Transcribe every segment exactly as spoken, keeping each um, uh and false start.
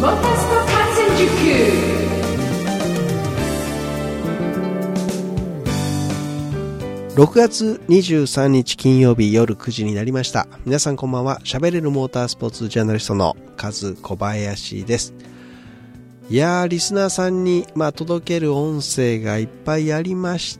モータースポ観戦塾。 ろくがつにじゅうさんにち金曜日夜くじになりました。皆さんこんばんは。喋れるモータースポーツジャーナリストのカズ小林です。いやー、リスナーさんに、まあ、届ける音声がいっぱいありまして、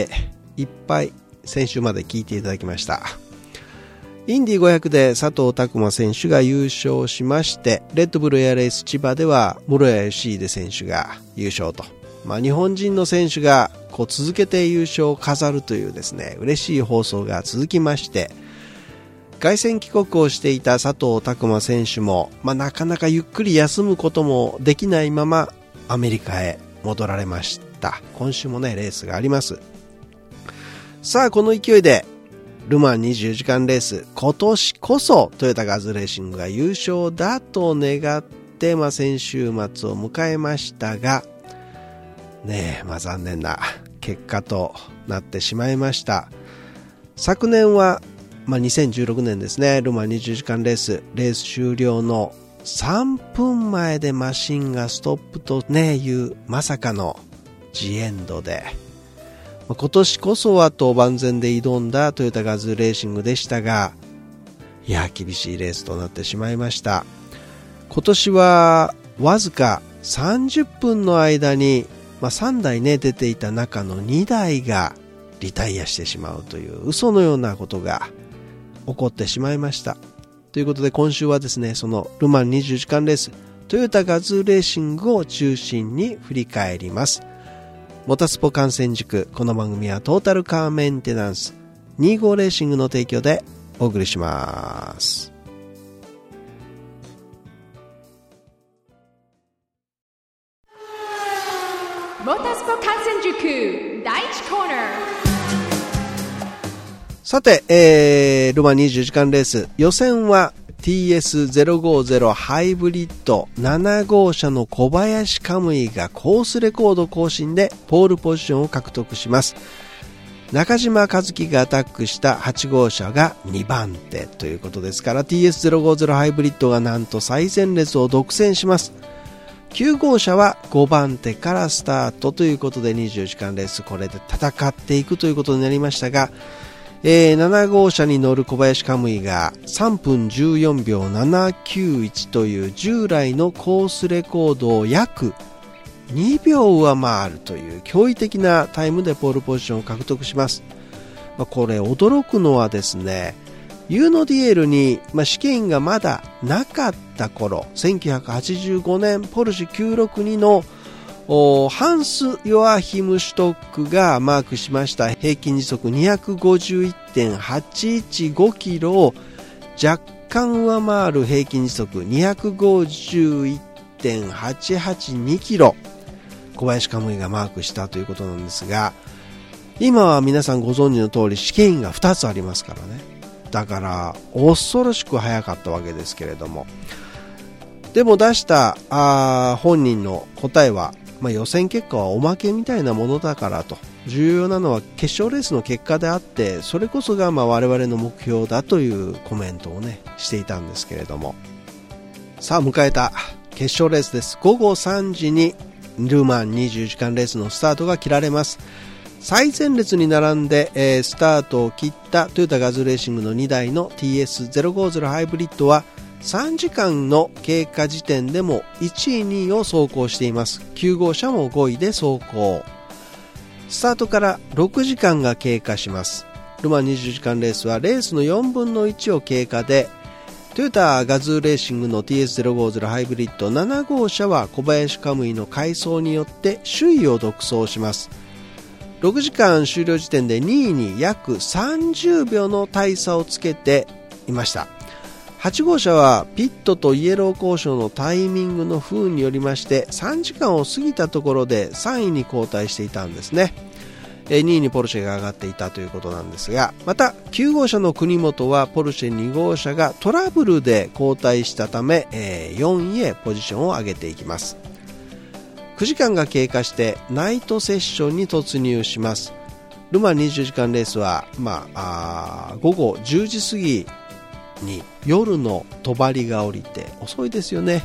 いっぱい先週まで聞いていただきました。インディごひゃくで佐藤拓磨選手が優勝しまして、レッドブルエアレース千葉では室谷義秀選手が優勝と、まあ、日本人の選手がこう続けて優勝を飾るというですね、嬉しい放送が続きまして、凱旋帰国をしていた佐藤拓磨選手も、まあ、なかなかゆっくり休むこともできないままアメリカへ戻られました。今週もねレースがあります。さあ、この勢いでルマンにじゅうよじかんレース、今年こそトヨタガズレーシングが優勝だと願って、まあ、先週末を迎えましたがねえ、まあ、残念な結果となってしまいました。昨年は、まあ、にせんじゅうろくねんですね、ルマンにじゅうよじかんレース、レース終了のさんぷんまえでマシンがストップとねいうまさかのジエンドで、まあ、今年こそはと万全で挑んだトヨタガズレーシングでしたが、いや厳しいレースとなってしまいました。今年はわずかさんじゅっぷんの間にまあ、さんだいね出ていた中のにだいがリタイアしてしまうという嘘のようなことが起こってしまいました。ということで今週はですね、そのルマンにじゅうよじかんレース、トヨタガズレーシングを中心に振り返ります。モタスポ観戦塾、この番組はトータルカーメンテナンスにじゅうごレーシングの提供でお送りします。 モータースポ観戦塾だいいちコーナー。 さて、えー、ルマンにじゅうよじかんレース予選は ティーエスゼロごじゅう ハイブリッドななごうしゃの小林可夢偉がコースレコード更新でポールポジションを獲得します。中島和樹がアタックしたはちごうしゃがにばんてということですから、 ティーエスゼロごじゅう ハイブリッドがなんと最前列を独占します。きゅうごうしゃはごばんてからスタートということでにじゅうよじかんレース、これで戦っていくということになりましたが、えー、ななごうしゃに乗る小林可夢偉がさんぷんじゅうよんびょうななきゅういちという従来のコースレコードを約にびょう上回るという驚異的なタイムでポールポジションを獲得します。まあ、これ驚くのはですね、ユーノディエールに、まあ、試験員がまだなかった頃、せんきゅうひゃくはちじゅうごねんポルシェきゅうろくにのハンス・ヨアヒム・シュトックがマークしました平均時速 にひゃくごじゅういってんはちいちごキロを若干上回る平均時速 にひゃくごじゅういってんはちはちにキロ、小林可夢偉がマークしたということなんですが、今は皆さんご存知の通り試験員がふたつありますからね。だから恐ろしく速かったわけですけれども、でも出したあ本人の答えは、まあ、予選結果はおまけみたいなものだからと、重要なのは決勝レースの結果であって、それこそがまあ我々の目標だというコメントをねしていたんですけれども、さあ迎えた決勝レースです。ごごさんじにルマンにじゅうよじかんレースのスタートが切られます。最前列に並んで、えー、スタートを切ったトヨタガズレーシングのにだいの ティーエスゼロごじゅう ハイブリッドはさんじかんの経過時点でもいちいにいを走行しています。きゅうごうしゃもごいで走行。スタートからろくじかんが経過します。ルマンにじゅうよじかんレースはレースのよんぶんのいちを経過で、トヨタガズレーシングの ティーエスゼロごじゅう ハイブリッドななごうしゃは小林可夢偉の快走によって首位を独走します。ろくじかん終了時点でにいに約さんじゅうびょうの大差をつけていました。はちごうしゃはピットとイエロー交渉のタイミングの不運によりましてさんじかんを過ぎたところでさんいに後退していたんですね。にいにポルシェが上がっていたということなんですが、またきゅうごうしゃの国本はポルシェにごうしゃがトラブルで後退したためよんいへポジションを上げていきます。くじかんが経過してナイトセッションに突入します。ルマンにじゅうよじかんレースは、まあ、あ午後じゅうじ過ぎに夜の帳が降りて、遅いですよね。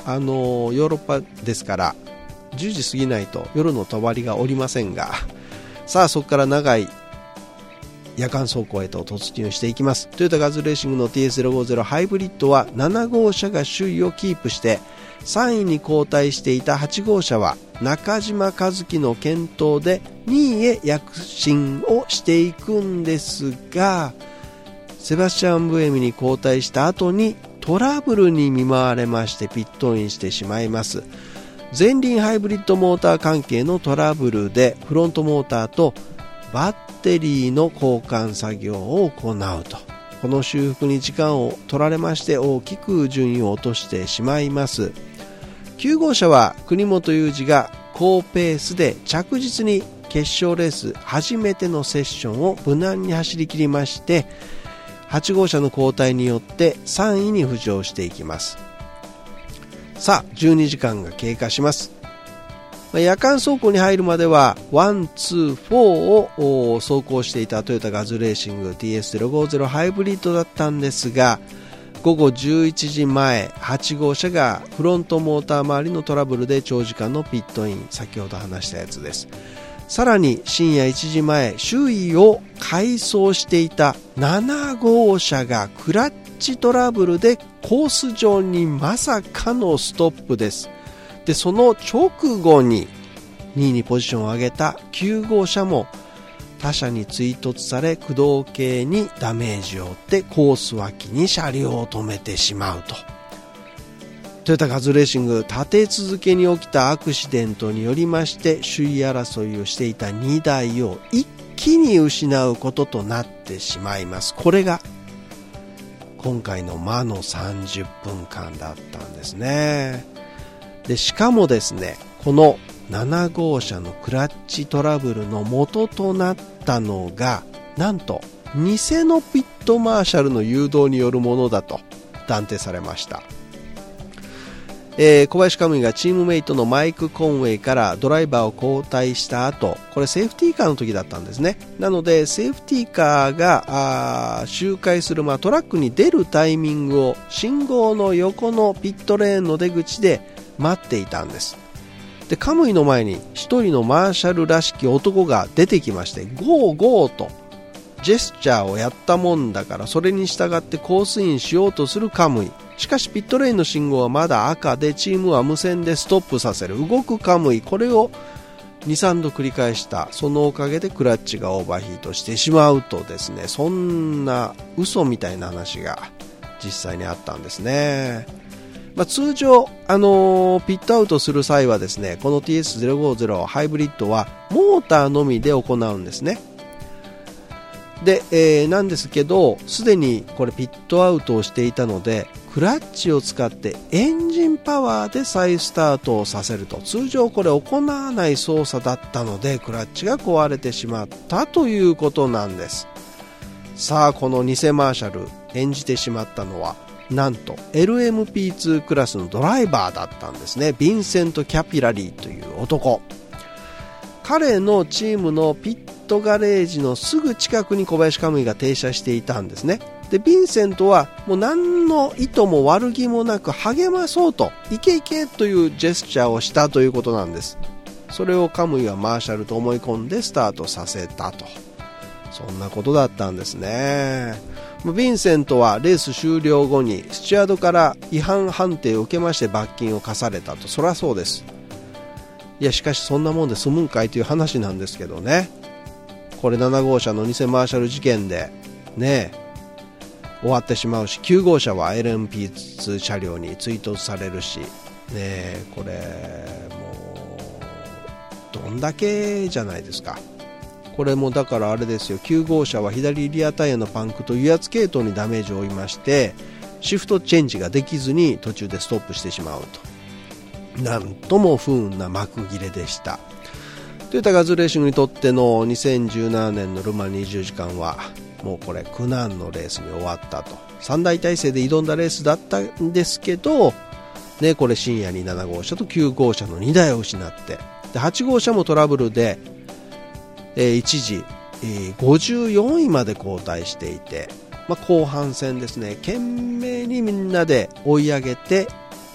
あのヨーロッパですからじゅうじ過ぎないと夜の帳がおりませんが、さあそこから長い夜間走行へと突入していきます。トヨタガズレーシングの ティーエスゼロごじゅう ハイブリッドはなな号車が首位をキープしてさんいに後退していたはち号車は中島和樹の健闘でにいへ躍進をしていくんですが、セバスチャン・ブエミに後退した後にトラブルに見舞われましてピットインしてしまいます。前輪ハイブリッドモーター関係のトラブルでフロントモーターとバッテリーの交換作業を行うと、この修復に時間を取られまして大きく順位を落としてしまいます。きゅう号車は国本裕二が高ペースで着実に決勝レース初めてのセッションを無難に走り切りまして、はち号車の交代によってさんいに浮上していきます。さあじゅうにじかんが経過します。夜間走行に入るまではワン、ツー、フォーを走行していたトヨタガズレーシング ティーエスゼロごじゅう ハイブリッドだったんですが、午後じゅういちじまえはち号車がフロントモーター周りのトラブルで長時間のピットイン、先ほど話したやつです。さらに深夜いちじまえ周囲を改装していたなな号車がクラッチトラブルでコース上にまさかのストップです。でその直後ににいにポジションを上げたきゅう号車も他車に追突され駆動系にダメージを負ってコース脇に車両を止めてしまうと。トヨタガズレーシング立て続けに起きたアクシデントによりまして首位争いをしていたにだいを一気に失うこととなってしまいます。これが今回の魔のさんじゅっぷんかんだったんですね。でしかもですね、このなな号車のクラッチトラブルの元となったのがなんと偽のピットマーシャルの誘導によるものだと断定されました。えー、小林カムイがチームメイトのマイク・コンウェイからドライバーを交代した後、これセーフティーカーの時だったんですね。なのでセーフティーカーが周回する、まあ、トラックに出るタイミングを信号の横のピットレーンの出口で待っていたんです。でカムイの前に一人のマーシャルらしき男が出てきまして、ゴーゴーとジェスチャーをやったもんだから、それに従ってコースインしようとするカムイ。しかしピットレーンの信号はまだ赤でチームは無線でストップさせる動くカムイ、これを にさんど繰り返した。そのおかげでクラッチがオーバーヒートしてしまうとですね、そんな嘘みたいな話が実際にあったんですね。まあ、通常、あのー、ピットアウトする際はですね、この ティーエスゼロごじゅう ハイブリッドはモーターのみで行うんですね。で、えー、なんですけど、すでにこれピットアウトをしていたので、クラッチを使ってエンジンパワーで再スタートをさせると、通常これ行わない操作だったのでクラッチが壊れてしまったということなんです。さあこの偽マーシャル演じてしまったのはなんと エルエムピーツー クラスのドライバーだったんですね。ヴィンセント・キャピラリーという男。彼のチームのピットガレージのすぐ近くに小林カムイが停車していたんですね。でヴィンセントはもう何の意図も悪気もなく励まそうと、いけいけというジェスチャーをしたということなんです。それをカムイはマーシャルと思い込んでスタートさせたと、そんなことだったんですね。ヴィンセントはレース終了後にスチュワードから違反判定を受けまして罰金を課されたと。そりゃそうです。いやしかしそんなもんで済むんかいという話なんですけどね。これなな号車の偽マーシャル事件でね終わってしまうし、きゅう号車は エルエムピーツー 車両に追突されるしね、これもうどんだけじゃないですか。これもだからあれですよ、きゅう号車は左リアタイヤのパンクと油圧系統にダメージを負いまして、シフトチェンジができずに途中でストップしてしまうと、なんとも不運な幕切れでした。トヨタガズレーシングにとってのにせんじゅうななねんのル・マンにじゅうじかんはもうこれ苦難のレースに終わったと。さん大体制で挑んだレースだったんですけど、ね、これ深夜になな号車ときゅう号車のにだいを失って、ではち号車もトラブルで、えー、一時、えー、ごじゅうよんいまで後退していて、まあ、後半戦ですね、懸命にみんなで追い上げて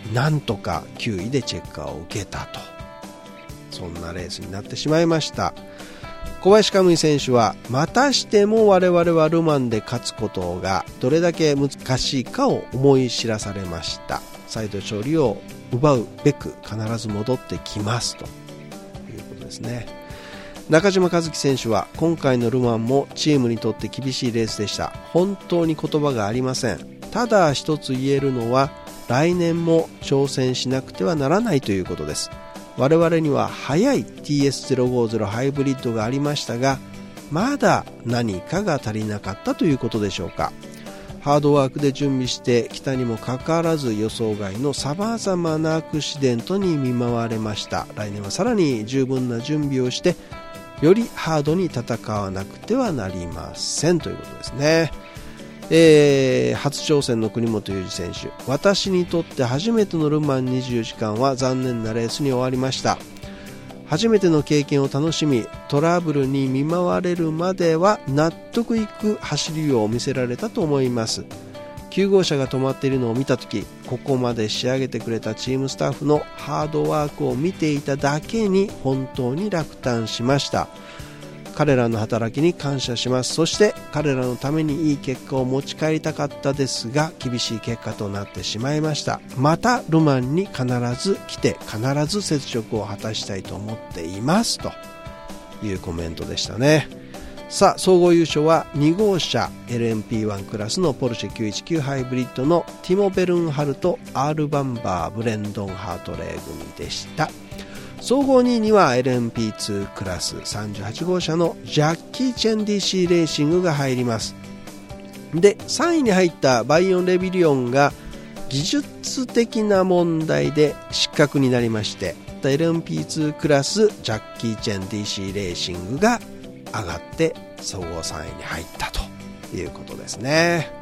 なんとかきゅういでチェッカーを受けたと、そんなレースになってしまいました。小林可夢偉選手はまたしても我々はルマンで勝つことがどれだけ難しいかを思い知らされました。再度勝利を奪うべく必ず戻ってきますということですね。中島和樹選手は今回のルマンもチームにとって厳しいレースでした。本当に言葉がありません。ただ一つ言えるのは来年も挑戦しなくてはならないということです。我々には速い ティーエスゼロごじゅう ハイブリッドがありましたが、まだ何かが足りなかったということでしょうか。ハードワークで準備してきたにもかかわらず予想外のさまざまなアクシデントに見舞われました。来年はさらに十分な準備をしてよりハードに戦わなくてはなりませんということですね。えー、初挑戦の国本裕二選手、私にとって初めてのルマンにじゅうよじかんは残念なレースに終わりました。初めての経験を楽しみ、トラブルに見舞われるまでは納得いく走りを見せられたと思います。きゅう号車が止まっているのを見たとき、ここまで仕上げてくれたチームスタッフのハードワークを見ていただけに本当に落胆しました。彼らの働きに感謝します。そして彼らのためにいい結果を持ち帰りたかったですが、厳しい結果となってしまいました。またルマンに必ず来て必ず雪辱を果たしたいと思っていますというコメントでしたね。さあ、総合優勝はに号車 エルエムピーワン クラスのポルシェきゅうひゃくじゅうきゅうハイブリッドのティモ・ベルンハルト R バンバーブレンドンハートレー組でした。総合にいには エルエムピーツー クラスさんじゅうはち号車のジャッキー・チェン ディーシー レーシングが入ります。で、さんいに入ったバイオン・レビリオンが技術的な問題で失格になりまして、エルエムピーツー クラスジャッキー・チェン ディーシー レーシングが上がって総合さんいに入ったということですね。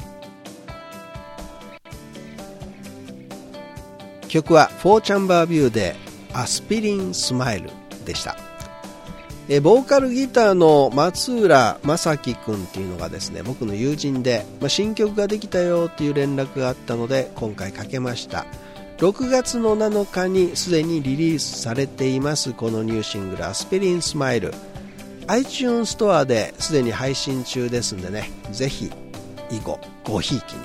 曲はフォーチャンバービューでアスピリンスマイルでした。えボーカルギターの松浦正樹くんっていうのがですね、僕の友人で、まあ、新曲ができたよっていう連絡があったので今回かけました。ろくがつのなのかにすでにリリースされていますこのニューシングルアスピリンスマイル、 iTunes ストアですでに配信中ですんでね、ぜひ以後ごひいきに。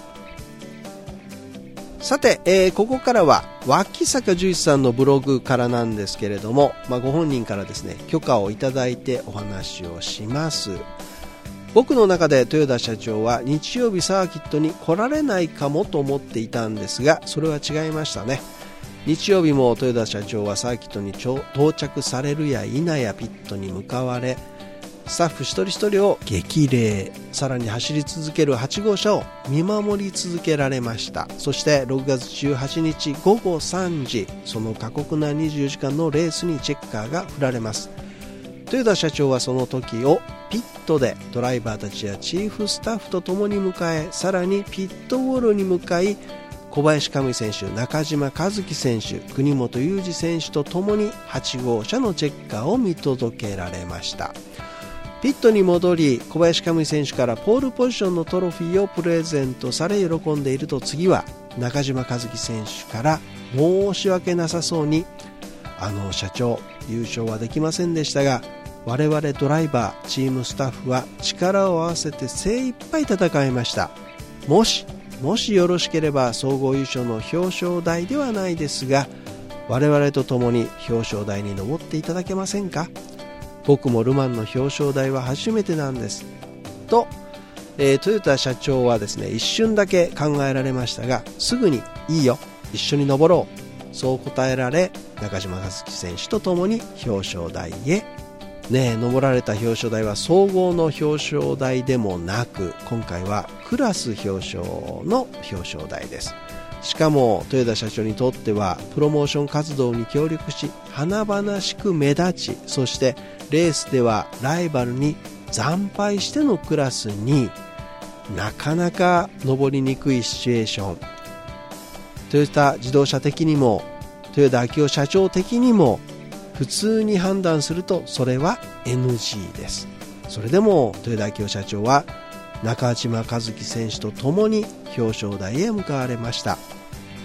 さて、えー、ここからは脇坂樹一さんのブログからなんですけれども、まあ、ご本人からですね許可をいただいてお話をします。僕の中で豊田社長は日曜日サーキットに来られないかもと思っていたんですが、それは違いましたね。日曜日も豊田社長はサーキットに到着されるや否やピットに向かわれ、スタッフ一人一人を激励、さらに走り続けるはち号車を見守り続けられました。そしてろくがつじゅうはちにちごごさんじ、その過酷なにじゅうよじかんのレースにチェッカーが振られます。豊田社長はその時をピットでドライバーたちやチーフスタッフと共に迎え、さらにピットウォールに向かい、小林可夢選手、中島和樹選手、国本裕二選手と共にはち号車のチェッカーを見届けられました。ピットに戻り、小林可夢選手からポールポジションのトロフィーをプレゼントされ喜んでいると、次は中島和樹選手から申し訳なさそうに、あの社長、優勝はできませんでしたが、我々ドライバー、チームスタッフは力を合わせて精一杯戦いました。もしもしよろしければ総合優勝の表彰台ではないですが、我々と共に表彰台に登っていただけませんか。僕もルマンの表彰台は初めてなんですと、えー、トヨタ社長はですね、一瞬だけ考えられましたが、すぐにいいよ、一緒に登ろう、そう答えられ、中島和樹選手と共に表彰台へ。ねえ、登られた表彰台は総合の表彰台でもなく、今回はクラス表彰の表彰台です。しかも豊田社長にとってはプロモーション活動に協力し、華々しく目立ち、そしてレースではライバルに惨敗してのクラスに、なかなか登りにくいシチュエーション、トヨタ自動車的にも豊田章男社長的にも普通に判断するとそれは エヌジー です。それでも豊田章男社長は中島和樹選手と共に表彰台へ向かわれました。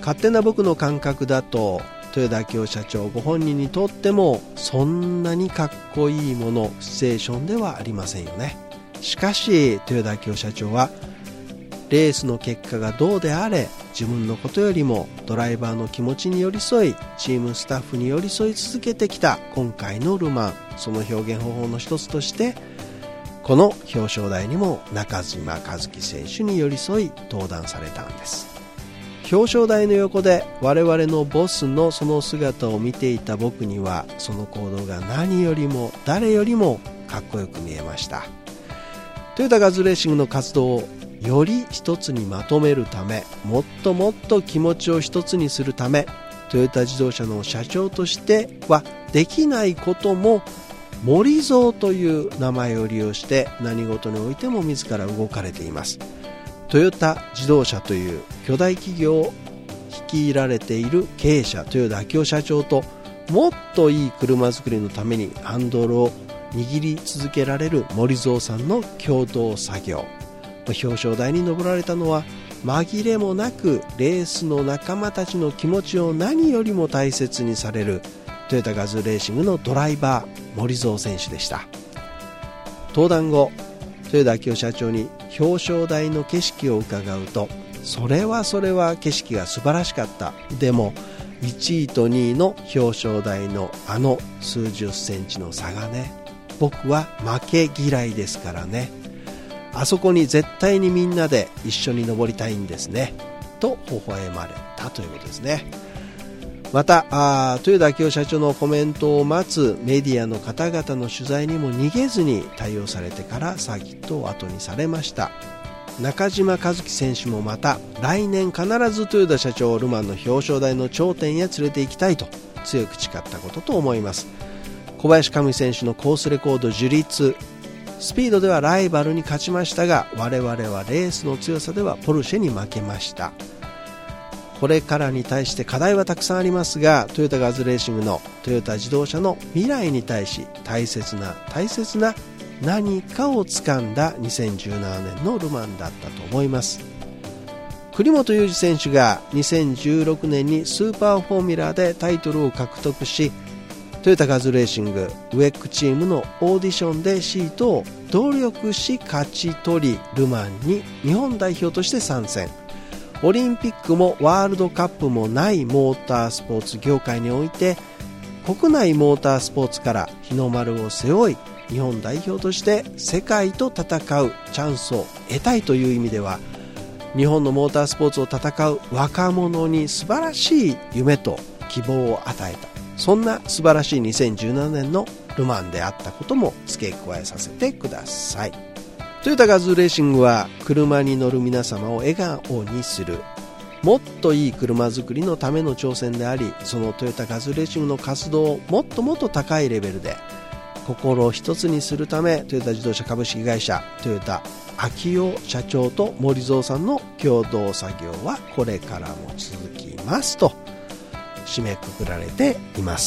勝手な僕の感覚だと豊田章男社長ご本人にとってもそんなにかっこいいものシチュエーションではありませんよね。しかし豊田章男社長はレースの結果がどうであれ自分のことよりもドライバーの気持ちに寄り添いチームスタッフに寄り添い続けてきた今回のルマン、その表現方法の一つとしてこの表彰台にも中島和樹選手に寄り添い登壇されたんです。表彰台の横で我々のボスのその姿を見ていた僕にはその行動が何よりも誰よりもかっこよく見えました。トヨタガズレーシングの活動をより一つにまとめるため、もっともっと気持ちを一つにするため、トヨタ自動車の社長としてはできないことも森蔵という名前を利用して何事においても自ら動かれています。トヨタ自動車という巨大企業を率いられている経営者豊田章男社長ともっといい車作りのためにハンドルを握り続けられる森蔵さんの共同作業、表彰台に上られたのは紛れもなくレースの仲間たちの気持ちを何よりも大切にされるトヨタガズレーシングのドライバー森蔵選手でした。登壇後豊田章男社長に表彰台の景色を伺うと、それはそれは景色が素晴らしかった、でもいちいとにいの表彰台のあの数十センチの差がね、僕は負け嫌いですからね、あそこに絶対にみんなで一緒に登りたいんですねと微笑まれたということですね。またあ豊田章男社長のコメントを待つメディアの方々の取材にも逃げずに対応されてからサーキットを後にされました。中島和樹選手もまた来年必ず豊田社長をルマンの表彰台の頂点へ連れて行きたいと強く誓ったことと思います。小林可夢選手のコースレコード樹立、スピードではライバルに勝ちましたが、我々はレースの強さではポルシェに負けました。これからに対して課題はたくさんありますが、トヨタガズレーシングのトヨタ自動車の未来に対し大切な大切な何かを掴んだにせんじゅうななねんのルマンだったと思います。栗本裕二選手がにせんじゅうろくねんにスーパーフォーミュラーでタイトルを獲得し、トヨタガズレーシングウェックチームのオーディションでシートを努力し勝ち取り、ルマンに日本代表として参戦。オリンピックもワールドカップもないモータースポーツ業界において、国内モータースポーツから日の丸を背負い、日本代表として世界と戦うチャンスを得たいという意味では、日本のモータースポーツを戦う若者に素晴らしい夢と希望を与えた、そんな素晴らしいにせんじゅうななねんのルマンであったことも付け加えさせてください。トヨタガズレーシングは車に乗る皆様を笑顔にする、もっといい車作りのための挑戦であり、そのトヨタガズレーシングの活動をもっともっと高いレベルで心を一つにするため、トヨタ自動車株式会社トヨタ章男社長と森蔵さんの共同作業はこれからも続きますと締めくくられています。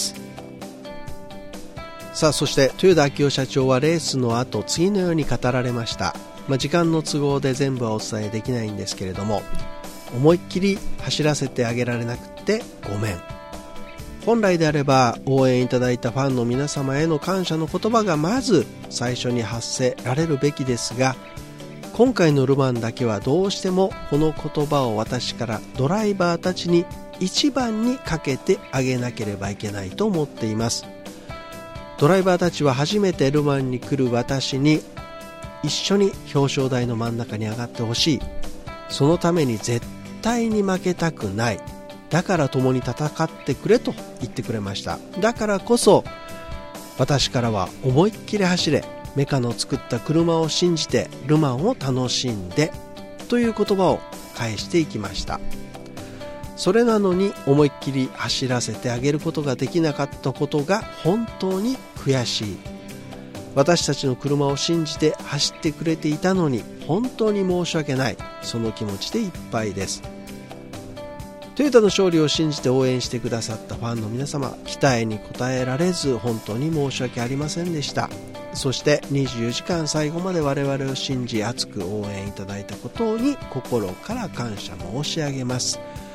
さあ、そして豊田章男社長はレースの後次のように語られました。まあ、時間の都合で全部はお伝えできないんですけれども、思いっきり走らせてあげられなくてごめん。本来であれば応援いただいたファンの皆様への感謝の言葉がまず最初に発せられるべきですが、今回のルマンだけはどうしてもこの言葉を私からドライバーたちに一番にかけてあげなければいけないと思っています。ドライバーたちは初めてルマンに来る私に一緒に表彰台の真ん中に上がってほしい、そのために絶対に負けたくない、だから共に戦ってくれと言ってくれました。だからこそ私からは思いっきり走れ、メカの作った車を信じてルマンを楽しんでという言葉を返していきました。それなのに思いっきり走らせてあげることができなかったことが本当に悔しい。私たちの車を信じて走ってくれていたのに本当に申し訳ない、その気持ちでいっぱいです。トヨタの勝利を信じて応援してくださったファンの皆様、期待に応えられず本当に申し訳ありませんでした。そしてにじゅうよじかん最後まで我々を信じ熱く応援いただいたことに心から感謝申し上げます。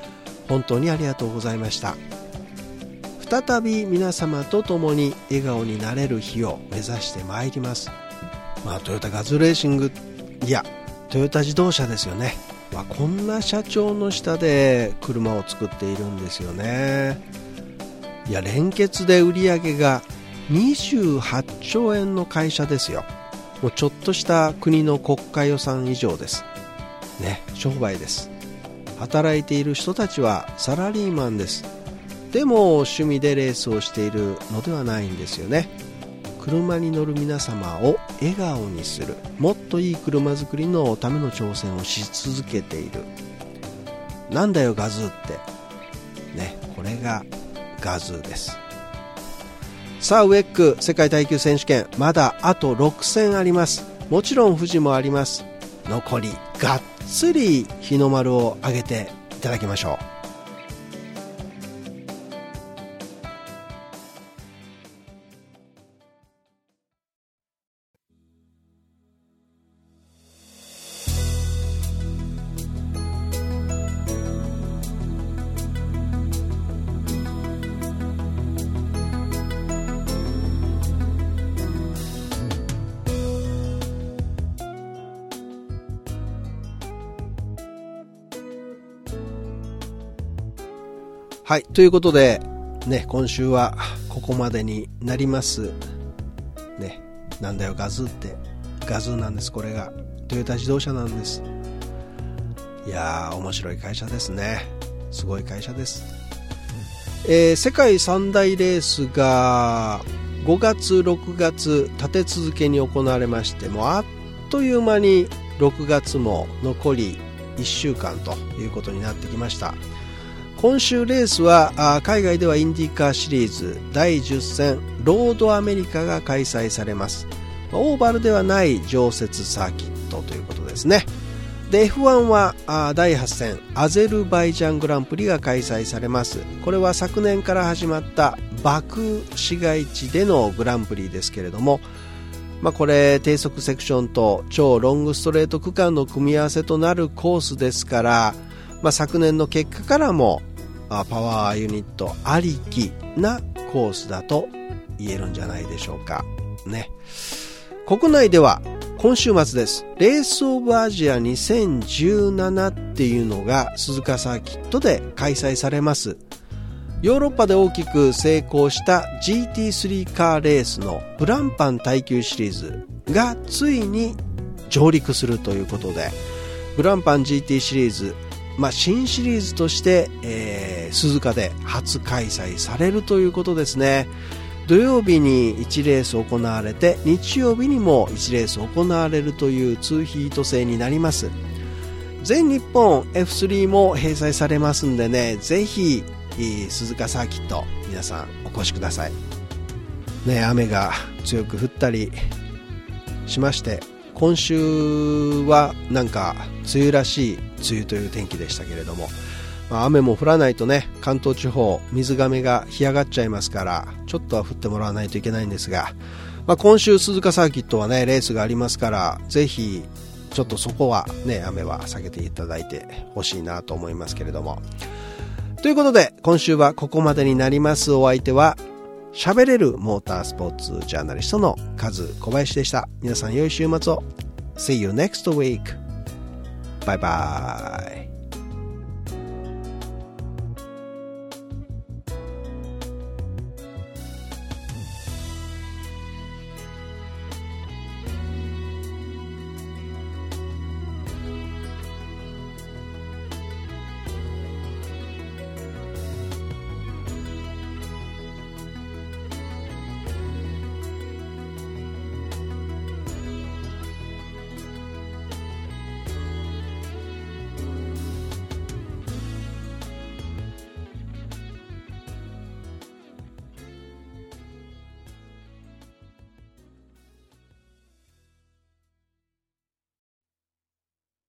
本当にありがとうございました。再び皆様と共に笑顔になれる日を目指してまいります。まあトヨタガズレーシング、いやトヨタ自動車ですよね。まあ、こんな社長の下で車を作っているんですよね。いや連結で売り上げがにじゅうはっちょうえんの会社ですよ。もうちょっとした国の国家予算以上ですね。商売です。働いている人たちはサラリーマンです。でも趣味でレースをしているのではないんですよね。車に乗る皆様を笑顔にする、もっといい車作りのための挑戦をし続けている。なんだよガズーってね、これがガズーです。さあウェック世界耐久選手権、まだあとろくせんあります。もちろん富士もあります。残りがっつり日の丸を上げていただきましょう。はい、ということでね、今週はここまでになりますね。なんだよガズーって、ガズーなんです。これがトヨタ自動車なんです。いやー面白い会社ですね。すごい会社です。えー、世界三大レースがごがつろくがつ立て続けに行われまして、もうあっという間にろくがつも残りいっしゅうかんということになってきました。今週レースは海外ではインディカーシリーズだいじゅっせんロードアメリカが開催されます。オーバルではない常設サーキットということですね。で エフワン はだいはちせんアゼルバイジャングランプリが開催されます。これは昨年から始まったバク市街地でのグランプリですけれども、まあ、これ低速セクションと超ロングストレート区間の組み合わせとなるコースですから、まあ、昨年の結果からもパワーユニットありきなコースだと言えるんじゃないでしょうかね。国内では今週末です。レースオブアジアにせんじゅうななっていうのが鈴鹿サーキットで開催されます。ヨーロッパで大きく成功した ジーティースリー カーレースのブランパン耐久シリーズがついに上陸するということで、ブランパン ジーティー シリーズ、まあ、新シリーズとして、えー、鈴鹿で初開催されるということですね。土曜日にいちレース行われて、日曜日にもいちレース行われるというツーヒート制になります。全日本 エフスリー も併載されますんでね、ぜひ鈴鹿サーキット皆さんお越しくださいね。雨が強く降ったりしまして、今週はなんか梅雨らしい梅雨という天気でしたけれども、まあ、雨も降らないとね、関東地方水がめが干上がっちゃいますから、ちょっとは降ってもらわないといけないんですが、まあ、今週鈴鹿サーキットはねレースがありますから、ぜひちょっとそこはね雨は避けていただいてほしいなと思いますけれども、ということで今週はここまでになります。お相手は喋れるモータースポーツジャーナリストのカズ小林でした。皆さん良い週末を。 See you next week. バイバイ。